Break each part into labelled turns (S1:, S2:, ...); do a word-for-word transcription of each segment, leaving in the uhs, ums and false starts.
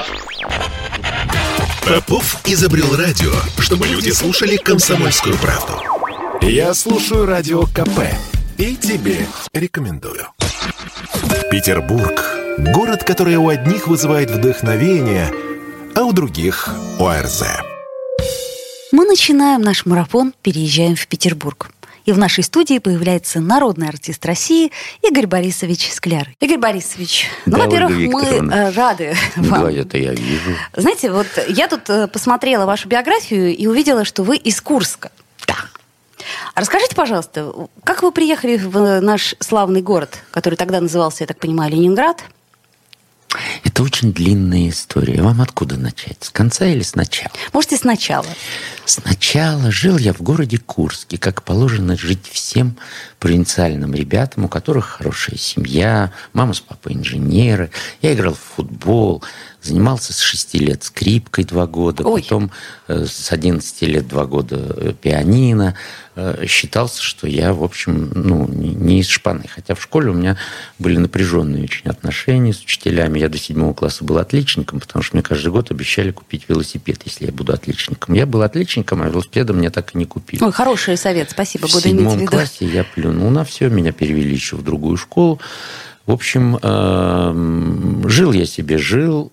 S1: Попов изобрел радио, чтобы люди слушали «Комсомольскую правду». Я слушаю Радио КП и тебе рекомендую. Петербург – город, который у одних вызывает вдохновение, а у других – ОРЗ.
S2: Мы начинаем наш марафон «Переезжаем в Петербург». И в нашей студии появляется народный артист России Игорь Борисович Скляр. Игорь Борисович, ну,
S3: да,
S2: во-первых,
S3: Ольга
S2: мы рады вам.
S3: Да, это я вижу.
S2: Знаете, вот я тут посмотрела вашу биографию и увидела, что вы из Курска.
S3: Да.
S2: Расскажите, пожалуйста, как вы приехали в наш славный город, который тогда назывался, я так понимаю, Ленинград?
S3: Это очень длинная история. Вам откуда начать? С конца или сначала?
S2: Можете сначала.
S3: Сначала жил я в городе Курске, как положено жить всем провинциальным ребятам, у которых хорошая семья, мама с папой инженеры. Я играл в футбол, занимался с шести лет скрипкой два года,
S2: Ой.
S3: потом э, с одиннадцати лет два года пианино. Э, считался, что я, в общем, ну, не, не из шпаны. Хотя в школе у меня были напряженные очень отношения с учителями. Я до седьмого класса был отличником, потому что мне каждый год обещали купить велосипед, если я буду отличником. Я был отличником, а велосипеда мне так и не купили.
S2: Ой, хороший совет, спасибо.
S3: В
S2: Буду иметь в
S3: седьмом
S2: виду.
S3: классе я плюнул на все, меня перевели еще в другую школу. В общем, э, жил я себе, жил,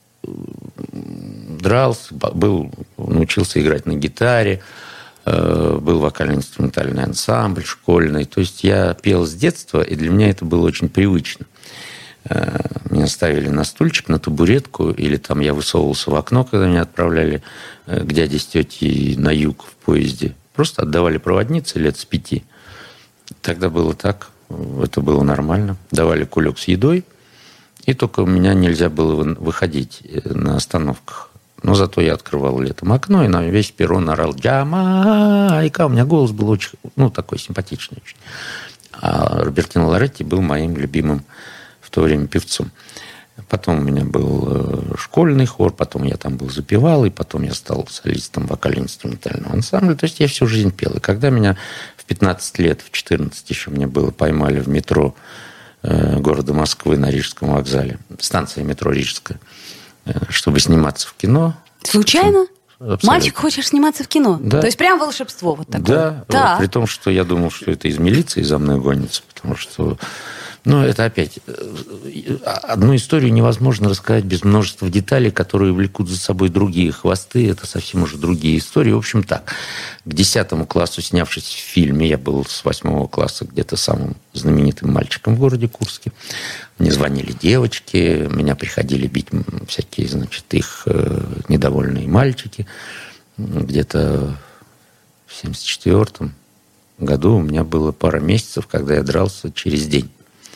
S3: дрался, был, научился играть на гитаре, э, был вокально-инструментальный ансамбль школьный. То есть я пел с детства, и для меня это было очень привычно. Э, меня ставили на стульчик, на табуретку, или там я высовывался в окно, когда меня отправляли э, к дяде с тетей на юг в поезде. Просто отдавали проводнице лет с пяти. Тогда было так, это было нормально. Давали кулек с едой, и только у меня нельзя было выходить на остановках. Но зато я открывал летом окно, и на весь перрон орал «Джамайка». У меня голос был очень, ну, такой симпатичный очень. А Робертино Лоретти был моим любимым в то время певцом. Потом у меня был школьный хор, потом я там был запевал, и потом я стал солистом вокально-инструментального ансамбля. То есть я всю жизнь пел. И когда меня в пятнадцать лет, в четырнадцать еще мне было, поймали в метро города Москвы на Рижском вокзале, станция метро Рижская, чтобы сниматься в кино.
S2: Случайно?
S3: Абсолютно.
S2: Мальчик, хочешь сниматься в кино?
S3: Да.
S2: То есть прям волшебство вот такое?
S3: Да,
S2: да.
S3: При том, что я думал, что это из милиции за мной гонится, потому что... Ну, это опять... Одну историю невозможно рассказать без множества деталей, которые влекут за собой другие хвосты. Это совсем уже другие истории. В общем, так. К десятому классу, снявшись в фильме, я был с восьмого класса где-то самым знаменитым мальчиком в городе Курске. Мне звонили девочки, меня приходили бить всякие, значит, их недовольные мальчики. Где-то в семьдесят четвёртом году у меня было пара месяцев, когда я дрался через день.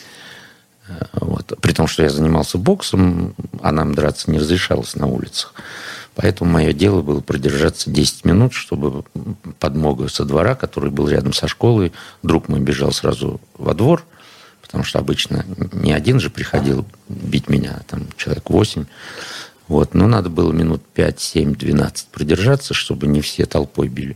S3: Вот. При том, что я занимался боксом, а нам драться не разрешалось на улицах. Поэтому мое дело было продержаться десять минут, чтобы подмога со двора, который был рядом со школой, друг мой бежал сразу во двор, потому что обычно не один же приходил бить меня, а там человек восемь. Вот. Но надо было минут пять, семь, двенадцать продержаться, чтобы не все толпой били.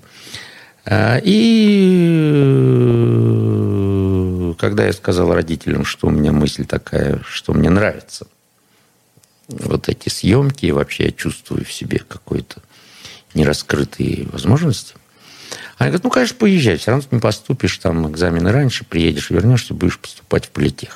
S3: И когда я сказал родителям, что у меня мысль такая, что мне нравится вот эти съемки, и вообще я чувствую в себе какой-то нераскрытые возможности, они говорят, ну, конечно, поезжай, все равно ты не поступишь, там экзамены раньше, приедешь, вернешься, будешь поступать в политех.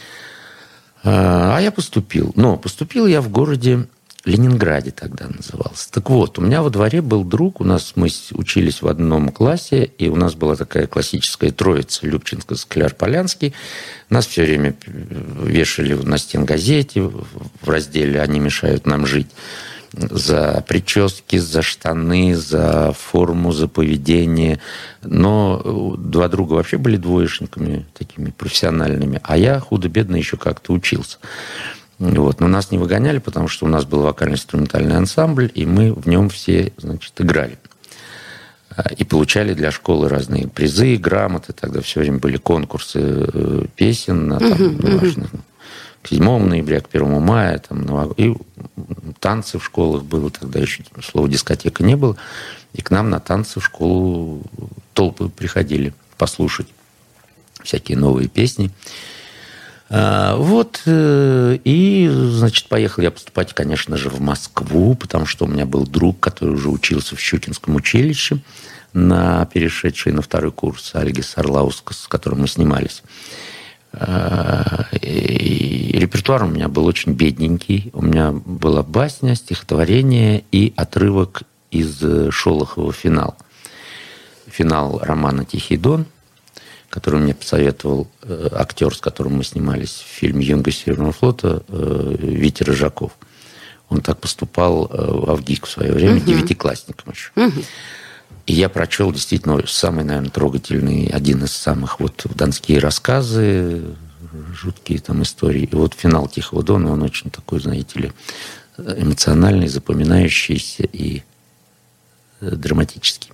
S3: А я поступил. Но поступил я в городе Ленинграде тогда назывался. Так вот, у меня во дворе был друг, у нас мы учились в одном классе, и у нас была такая классическая троица: Любченко, Скляр, Полянский. Нас все время вешали на стенгазете в разделе «Они мешают нам жить» за прически, за штаны, за форму, за поведение. Но два друга вообще были двоечниками, такими профессиональными, а я худо-бедно еще как-то учился. Вот. Но нас не выгоняли, потому что у нас был вокально-инструментальный ансамбль, и мы в нем все, значит, играли. И получали для школы разные призы, грамоты. Тогда все время были конкурсы песен на, там, uh-huh, неважно, uh-huh. к седьмому ноября, к первому мая. Там, и танцы в школах было. Тогда еще слова дискотека не было. И к нам на танцы в школу толпы приходили послушать всякие новые песни. Вот, и, значит, поехал я поступать, конечно же, в Москву, потому что у меня был друг, который уже учился в Щукинском училище, на перешедший на второй курс Альгис Арлаускас, с которым мы снимались. И репертуар у меня был очень бедненький. У меня была басня, стихотворение и отрывок из Шолохова «Финал». Финал романа «Тихий Дон», который мне посоветовал э, актер, с которым мы снимались в фильме «Юнга Северного флота», э, Витя Рыжаков. Он так поступал э, в АВГИК в свое время, uh-huh. девятиклассником еще. Uh-huh. И я прочел действительно самый, наверное, трогательный, один из самых вот донские рассказы, жуткие там истории. И вот финал «Тихого Дона», он очень такой, знаете ли, эмоциональный, запоминающийся и драматический.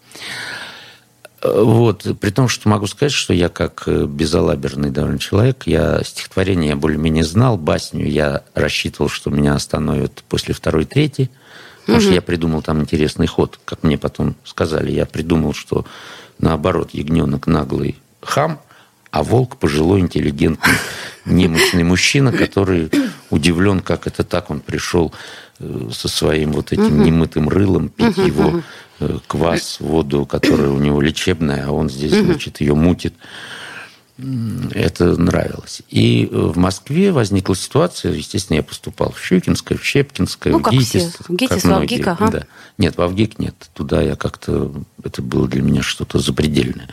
S3: Вот. При том, что могу сказать, что я как безалаберный довольно человек, я стихотворение я более-менее знал, басню я рассчитывал, что меня остановят после второй, третьей, потому угу. что я придумал там интересный ход, как мне потом сказали. Я придумал, что наоборот, ягненок наглый хам, а волк пожилой, интеллигентный, немощный мужчина, который удивлен, как это так, он пришел со своим вот этим угу. немытым рылом пить угу. его квас, воду, которая у него лечебная, а он здесь, значит, ее мутит. Это нравилось. И в Москве возникла ситуация, естественно, я поступал в Щукинское, в Щепкинское, ну, в ГИТИС.
S2: В ГИТИС, в АВГИК, ага.
S3: Да. Нет, в АВГИК нет. Туда я как-то... Это было для меня что-то запредельное.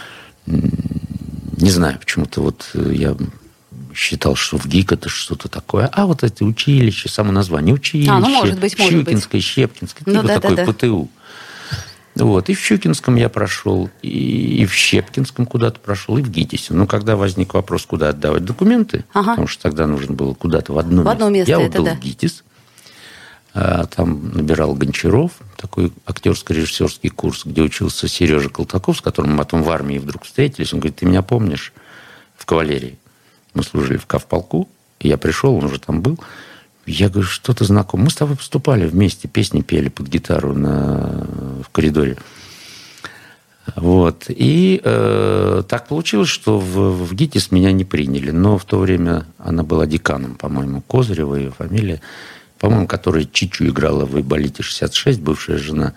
S3: Не знаю, почему-то вот я считал, что в ГИК это что-то такое. А вот это училище, само название училище. А, ну, может быть, может Щукинское, быть. Щепкинское. Ну, типа да, такой да, да. ПТУ. Вот. И в Щукинском я прошел, и в Щепкинском куда-то прошел, и в ГИТИСе. Но когда возник вопрос, куда отдавать документы, ага. потому что тогда нужно было куда-то в одно, в место. одно место. Я отдал да. в ГИТИС. Там набирал Гончаров, такой актерско-режиссерский курс, где учился Сережа Колтаков, с которым мы потом в армии вдруг встретились. Он говорит, ты меня помнишь в кавалерии? Мы служили в кавполку, и я пришел, он уже там был. Я говорю, что-то знакомое. Мы с тобой поступали вместе, песни пели под гитару на... в коридоре. Вот. И э, так получилось, что в, в ГИТИС меня не приняли. Но в то время она была деканом, по-моему, Козырева, ее фамилия, по-моему, которая Чичу играла в «Айболите шестьдесят шесть», бывшая жена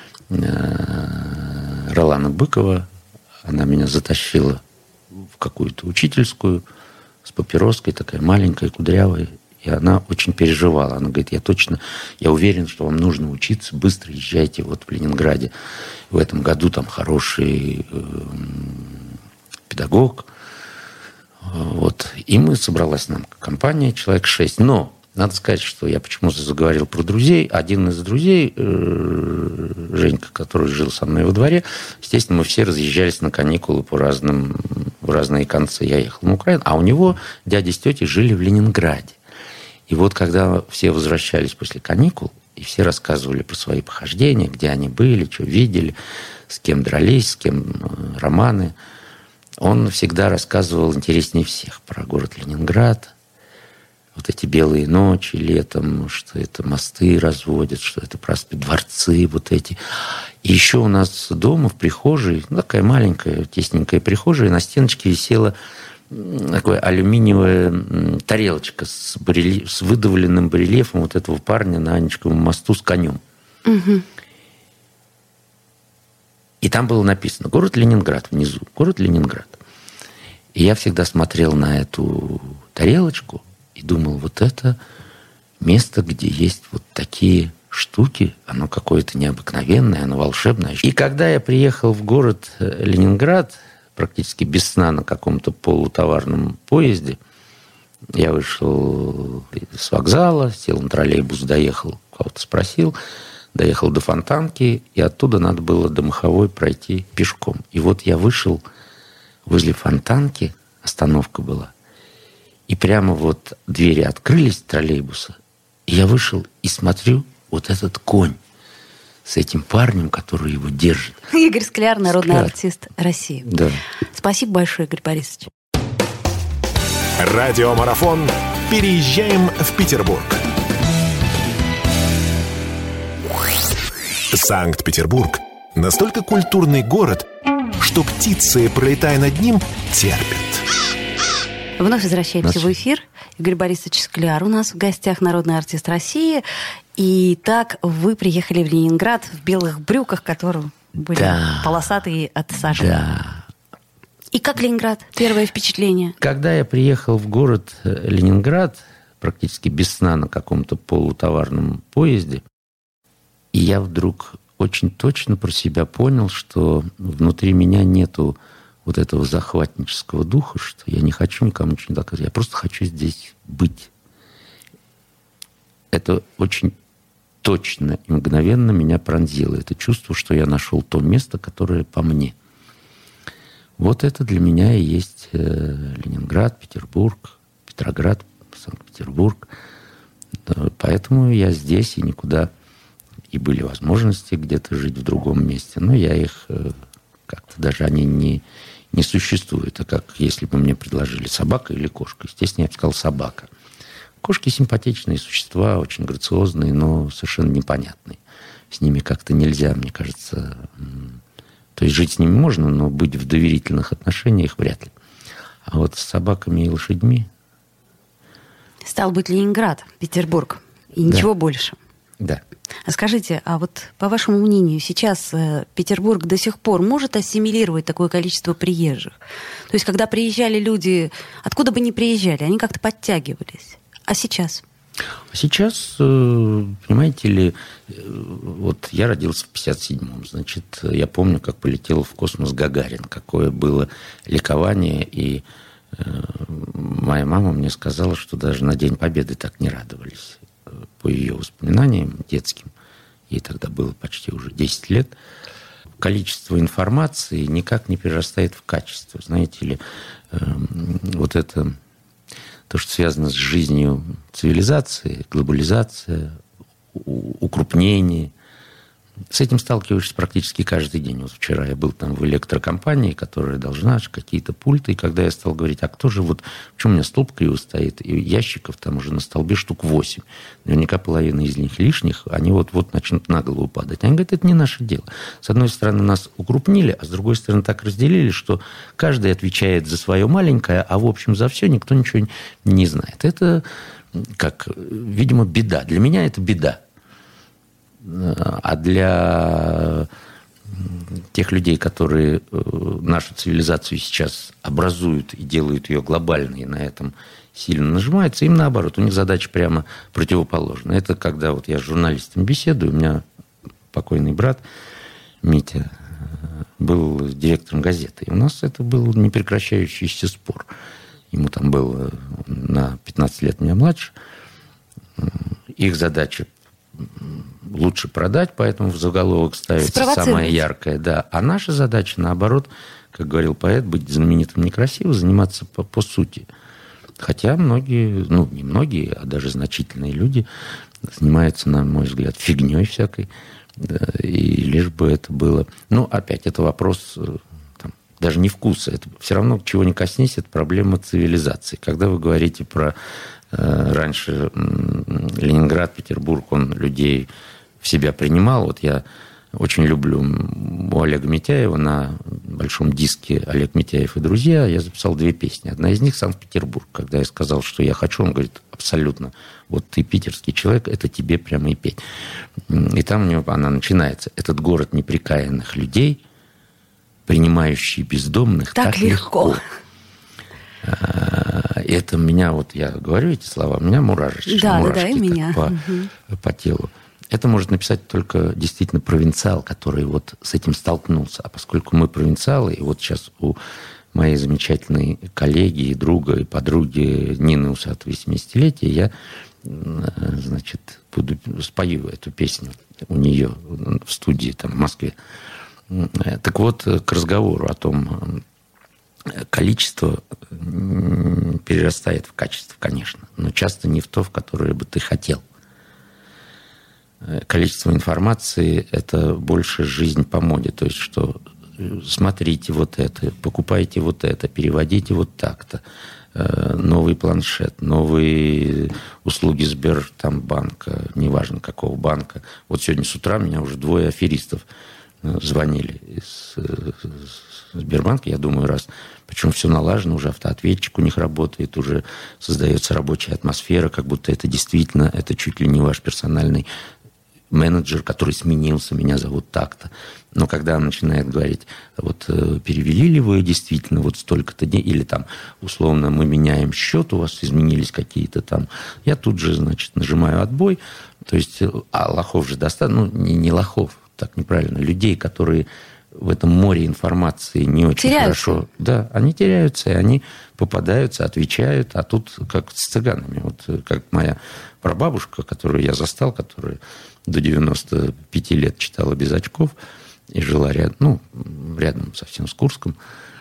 S3: э, Ролана Быкова. Она меня затащила в какую-то учительскую с папироской, такая маленькая, кудрявая. И она очень переживала. Она говорит, я точно, я уверен, что вам нужно учиться, быстро езжайте вот в Ленинграде. В этом году там хороший э, педагог. Вот. И мы, собралась нам компания, человек шесть. Но надо сказать, что я почему-то заговорил про друзей. Один из друзей, э, Женька, который жил со мной во дворе, естественно, мы все разъезжались на каникулы по разным, в разные концы. Я ехал на Украину, а у него дядя с тетей жили в Ленинграде. И вот когда все возвращались после каникул, и все рассказывали про свои похождения, где они были, что видели, с кем дрались, с кем романы, он всегда рассказывал интереснее всех про город Ленинград, вот эти белые ночи летом, что это мосты разводят, что это просто дворцы вот эти. И еще у нас дома в прихожей, ну, такая маленькая, тесненькая прихожая, на стеночке висела такая алюминиевая тарелочка с, барельеф, с выдавленным барельефом вот этого парня на Анечковом мосту с конем. Угу. И там было написано «Город Ленинград» внизу. «Город Ленинград». И я всегда смотрел на эту тарелочку и думал, вот это место, где есть вот такие штуки, оно какое-то необыкновенное, оно волшебное. И когда я приехал в город Ленинград, практически без сна на каком-то полутоварном поезде. Я вышел с вокзала, сел на троллейбус, доехал, кого-то спросил, доехал до Фонтанки, и оттуда надо было до Маховой пройти пешком. И вот я вышел возле Фонтанки, остановка была, и прямо вот двери открылись троллейбуса, и я вышел и смотрю, вот этот конь с этим парнем, который его держит.
S2: Игорь Скляр, народный Скляр. Артист России.
S3: Да.
S2: Спасибо большое, Игорь Борисович.
S1: Радиомарафон «Переезжаем в Петербург». Санкт-Петербург – настолько культурный город, что птицы, пролетая над ним, терпят.
S2: Вновь возвращаемся Нас... в эфир. Игорь Борисович Скляр у нас в гостях, народный артист России. И так вы приехали в Ленинград в белых брюках, которые были да. полосатые от сажи.
S3: Да.
S2: И как Ленинград? Первое впечатление?
S3: Когда я приехал в город Ленинград, практически без сна на каком-то полутоварном поезде, и я вдруг очень точно про себя понял, что внутри меня нету вот этого захватнического духа, что я не хочу никому ничего доказывать, я просто хочу здесь быть. Это очень точно и мгновенно меня пронзило. Это чувство, что я нашел то место, которое по мне. Вот это для меня и есть Ленинград, Петербург, Петроград, Санкт-Петербург. Поэтому я здесь и никуда... И были возможности где-то жить в другом месте. Но я их как-то даже... Они не, не существуют. А как если бы мне предложили собака или кошка? Естественно, я бы сказал собака. Кошки симпатичные существа, очень грациозные, но совершенно непонятные. С ними как-то нельзя, мне кажется... То есть жить с ними можно, но быть в доверительных отношениях вряд ли. А вот с собаками и лошадьми...
S2: Стал быть, Ленинград, Петербург. И ничего
S3: да.
S2: больше.
S3: Да.
S2: А скажите, а вот по вашему мнению, сейчас э, Петербург до сих пор может ассимилировать такое количество приезжих? То есть, когда приезжали люди, откуда бы ни приезжали, они как-то подтягивались. А сейчас?
S3: Сейчас, понимаете ли, вот я родился в пятьдесят седьмом, значит, я помню, как полетел в космос Гагарин, какое было ликование, и моя мама мне сказала, что даже на День Победы так не радовались. По ее воспоминаниям детским, ей тогда было почти уже десять лет, количество информации никак не перерастает в качество. Знаете ли, вот это, то, что связано с жизнью цивилизации, глобализация, укрупнение, с этим сталкиваешься практически каждый день. Вот вчера я был там в электрокомпании, которая должна какие-то пульты, и когда я стал говорить, а кто же вот, почему у меня столб криво стоит, и ящиков там уже на столбе штук восемь, наверняка половина из них лишних, они вот-вот начнут на голову падать. Они говорят, это не наше дело. С одной стороны, нас укрупнили, а с другой стороны, так разделили, что каждый отвечает за свое маленькое, а в общем за все никто ничего не знает. Это, как, видимо, беда. Для меня это беда. А для тех людей, которые нашу цивилизацию сейчас образуют и делают ее глобальной, и на этом сильно нажимаются, им наоборот, у них задача прямо противоположная. Это когда вот я с журналистами беседую, у меня покойный брат Митя был директором газеты, и у нас это был непрекращающийся спор. Ему там было на пятнадцать лет меня младше. Их задача лучше продать, поэтому в заголовок ставится самое яркое. Да. А наша задача, наоборот, как говорил поэт, быть знаменитым некрасиво, заниматься по, по сути. Хотя многие, ну, не многие, а даже значительные люди занимаются, на мой взгляд, фигней всякой. Да, и лишь бы это было... Ну, опять, это вопрос там, даже не вкуса. Это все равно, чего не коснись, это проблема цивилизации. Когда вы говорите про... Раньше Ленинград, Петербург, он людей в себя принимал. Вот я очень люблю у Олега Митяева на большом диске «Олег Митяев и друзья». Я записал две песни. Одна из них «Санкт-Петербург». Когда я сказал, что я хочу, он говорит, абсолютно. Вот ты питерский человек, это тебе прямо и петь. И там у него она начинается. Этот город неприкаянных людей, принимающий бездомных так, так легко. легко. Это меня, вот я говорю эти слова, у меня мурашечки,
S2: да,
S3: мурашки
S2: да, да, и меня.
S3: По, угу. по телу. Это может написать только действительно провинциал, который вот с этим столкнулся. А поскольку мы провинциалы, и вот сейчас у моей замечательной коллеги, и друга, и подруги Нины Усатовой семидесятилетия, я, значит, буду, спою эту песню у нее в студии там, в Москве. Так вот, к разговору о том... Количество перерастает в качество, конечно, но часто не в то, в которое бы ты хотел. Количество информации – это больше жизнь по моде. То есть, что смотрите вот это, покупайте вот это, переводите вот так-то. Новый планшет, новые услуги Сбербанка, неважно какого банка. Вот сегодня с утра меня уже двое аферистов звонили из Сбербанка, я думаю, раз. Причем все налажено, уже автоответчик у них работает, уже создается рабочая атмосфера, как будто это действительно, это чуть ли не ваш персональный менеджер, который сменился, меня зовут так-то. Но когда он начинает говорить, вот перевели ли вы действительно вот столько-то дней, или там, условно, мы меняем счет, у вас изменились какие-то там, я тут же, значит, нажимаю отбой. То есть, а лохов же достаточно, ну, не, не лохов, так неправильно, людей, которые в этом море информации не очень теряются. Хорошо. Да, они теряются, и они попадаются, отвечают, а тут как с цыганами. Вот как моя прабабушка, которую я застал, которая до девяноста пяти лет читала без очков и жила рядом, ну, рядом совсем с Курском,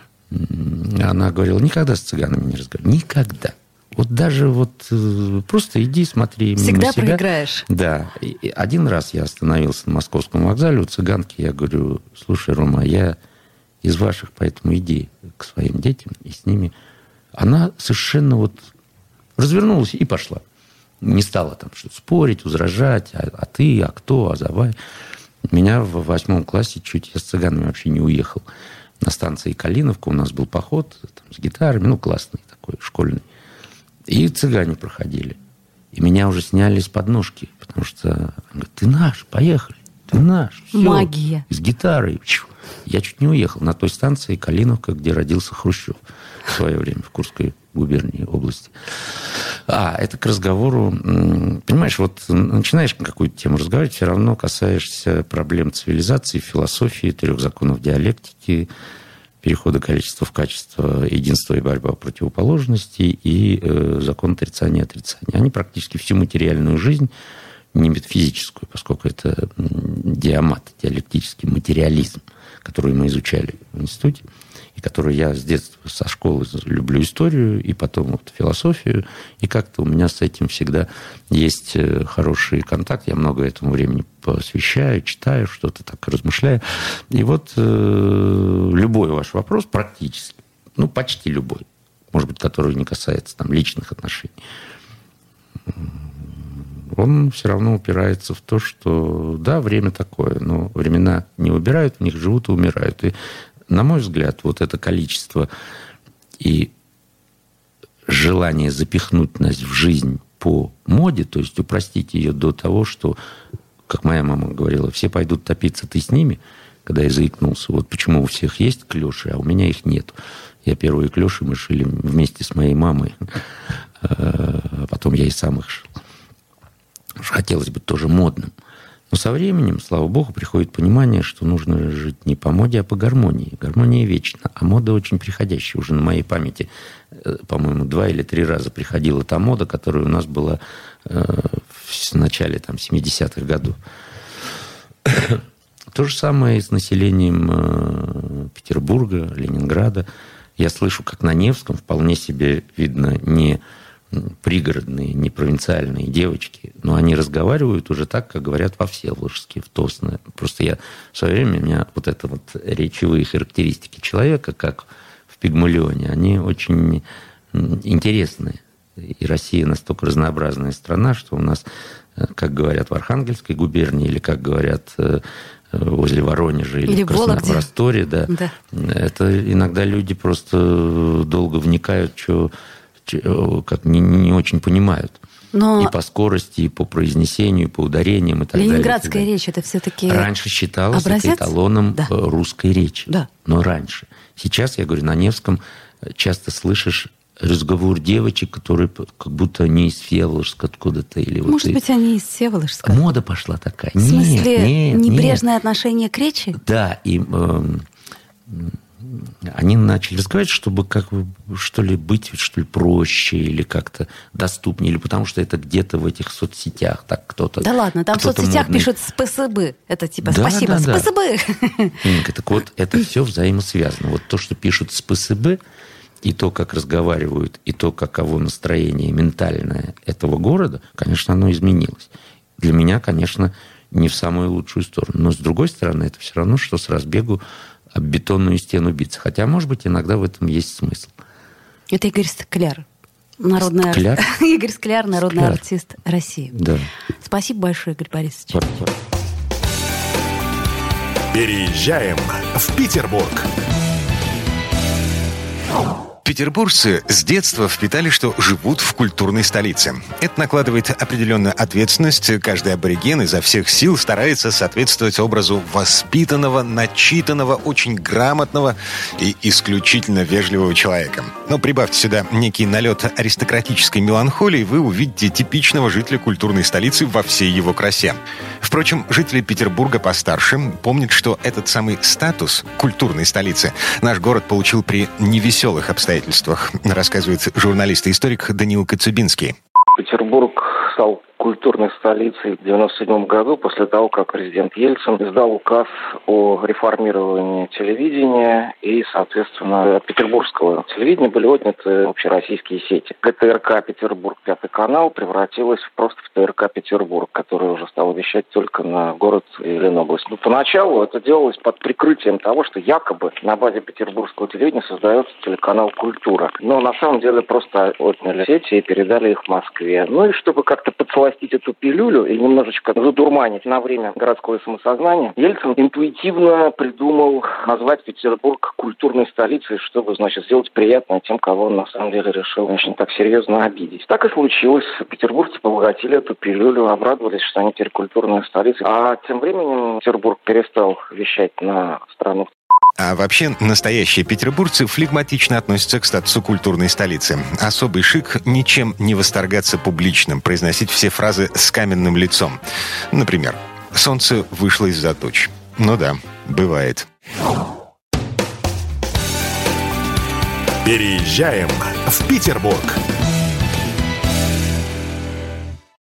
S3: она говорила, никогда с цыганами не разговаривай. Никогда. Вот даже вот просто иди, смотри
S2: всегда
S3: мимо себя.
S2: Проиграешь.
S3: Да. И один раз я остановился на Московском вокзале у цыганки, я говорю, слушай, Рома, я из ваших, поэтому иди к своим детям и с ними. Она совершенно вот развернулась и пошла. Не стала там что-то спорить, возражать, а, а ты, а кто, а давай. Меня в восьмом классе чуть я с цыганами вообще не уехал. На станции Калиновка у нас был поход там, с гитарами, ну, классный такой, школьный. И цыгане проходили. И меня уже сняли с подножки, потому что говорят, ты наш, поехали, ты наш. Все.
S2: Магия.
S3: С гитарой. Я чуть не уехал на той станции Калиновка, где родился Хрущев в свое время, в Курской губернии, области. А, это к разговору... Понимаешь, вот начинаешь какую-то тему разговаривать, все равно касаешься проблем цивилизации, философии, трех законов диалектики, перехода количества в качество, единства и борьба противоположностей и э, закон отрицания и отрицания. Они практически всю материальную жизнь, не метафизическую, поскольку это диамат, диалектический материализм, который мы изучали в институте, и который я с детства, со школы люблю историю, и потом вот философию, и как-то у меня с этим всегда есть хороший контакт. Я много этому времени посвящаю, читаю, что-то так размышляю. И вот э, любой ваш вопрос, практически, ну, почти любой, может быть, который не касается там личных отношений, он все равно упирается в то, что да, время такое, но времена не убирают, в них живут и умирают. И, на мой взгляд, вот это количество и желание запихнуть нас в жизнь по моде, то есть упростить ее до того, что, как моя мама говорила, все пойдут топиться, ты с ними, когда я заикнулся. Вот почему у всех есть клёши, а у меня их нет. Я первые клёши мы шили вместе с моей мамой, а потом я и сам их шил. Хотелось бы тоже модным. Но со временем, слава богу, приходит понимание, что нужно жить не по моде, а по гармонии. Гармония вечна, а мода очень приходящая. Уже на моей памяти, по-моему, два или три раза приходила та мода, которая у нас была в начале там, семидесятых годов. То же самое и с населением Петербурга, Ленинграда. Я слышу, как на Невском вполне себе видно не пригородные, не провинциальные девочки, но они разговаривают уже так, как говорят во Всеволожске, в Тосно. Просто я в свое время, у меня вот это вот речевые характеристики человека, как в Пигмалионе, они очень интересные. И Россия настолько разнообразная страна, что у нас, как говорят в Архангельской губернии, или как говорят возле Воронежа, или, или в Красносторе, да, да. Это иногда люди просто долго вникают, что как не, не очень понимают. Но... И по скорости, и по произнесению, и по ударениям, и так далее.
S2: Ленинградская речь, это все-таки
S3: раньше считалось это эталоном да. русской речи. Да. Но раньше. Сейчас, я говорю, на Невском часто слышишь разговор девочек, которые как будто они из Всеволожска откуда-то. Или
S2: Может
S3: вот
S2: быть,
S3: и...
S2: они из Всеволожска.
S3: Мода пошла такая.
S2: В смысле,
S3: нет, нет,
S2: небрежное
S3: нет.
S2: отношение к речи?
S3: Да, и... Э, они начали разговаривать, чтобы как что ли быть, что ли, проще или как-то доступнее, или потому что это где-то в этих соцсетях так кто-то...
S2: Да ладно, там в соцсетях модный... пишут «спасибо». Это типа
S3: да,
S2: «спасибо»,
S3: да,
S2: «спасибо».
S3: Да. Инга, так вот, это все взаимосвязано. Вот то, что пишут «спасибо», и то, как разговаривают, и то, каково настроение ментальное этого города, конечно, оно изменилось. Для меня, конечно, не в самую лучшую сторону. Но, с другой стороны, это все равно, что с разбегу об бетонную стену биться. Хотя, может быть, иногда в этом есть смысл.
S2: Это Игорь Скляр. Народный
S3: Скляр?
S2: Ар... Игорь Скляр, народный
S3: Скляр.
S2: артист России.
S3: Да.
S2: Спасибо большое, Игорь Борисович.
S3: Спасибо.
S1: Переезжаем в Петербург.
S4: Петербуржцы с детства впитали, что живут в культурной столице. Это накладывает определенную ответственность. Каждый абориген изо всех сил старается соответствовать образу воспитанного, начитанного, очень грамотного и исключительно вежливого человека. Но прибавьте сюда некий налет аристократической меланхолии, вы увидите типичного жителя культурной столицы во всей его красе. Впрочем, жители Петербурга постарше помнят, что этот самый статус культурной столицы наш город получил при невеселых обстоятельствах, рассказывает журналист и историк Даниил Коцюбинский.
S5: Петербург стал культурной столицей в девяносто седьмом году, после того, как президент Ельцин издал указ о реформировании телевидения, и, соответственно, от петербургского телевидения были отняты общероссийские сети. ТРК «Петербург», пятый канал, превратилась просто в ТРК «Петербург», который уже стал вещать только на город и Ленобласть. Но поначалу это делалось под прикрытием того, что якобы на базе петербургского телевидения создается телеканал «Культура». Но на самом деле просто отняли сети и передали их Москве. Ну и чтобы как-то подсластить эту пилюлю и немножечко задурманить на время городское самосознание, Ельцин интуитивно придумал назвать Петербург культурной столицей, чтобы, значит, сделать приятное тем, кого он на самом деле решил очень так серьезно обидеть. Так и случилось. Петербургцы поглотили эту пилюлю, обрадовались, что они теперь культурная столица. А тем временем Петербург перестал вещать на страну.
S4: А вообще, настоящие петербуржцы флегматично относятся к статусу культурной столицы. Особый шик — ничем не восторгаться публичным, произносить все фразы с каменным лицом. Например, «Солнце вышло из-за туч». Ну да, бывает.
S1: Переезжаем в Петербург.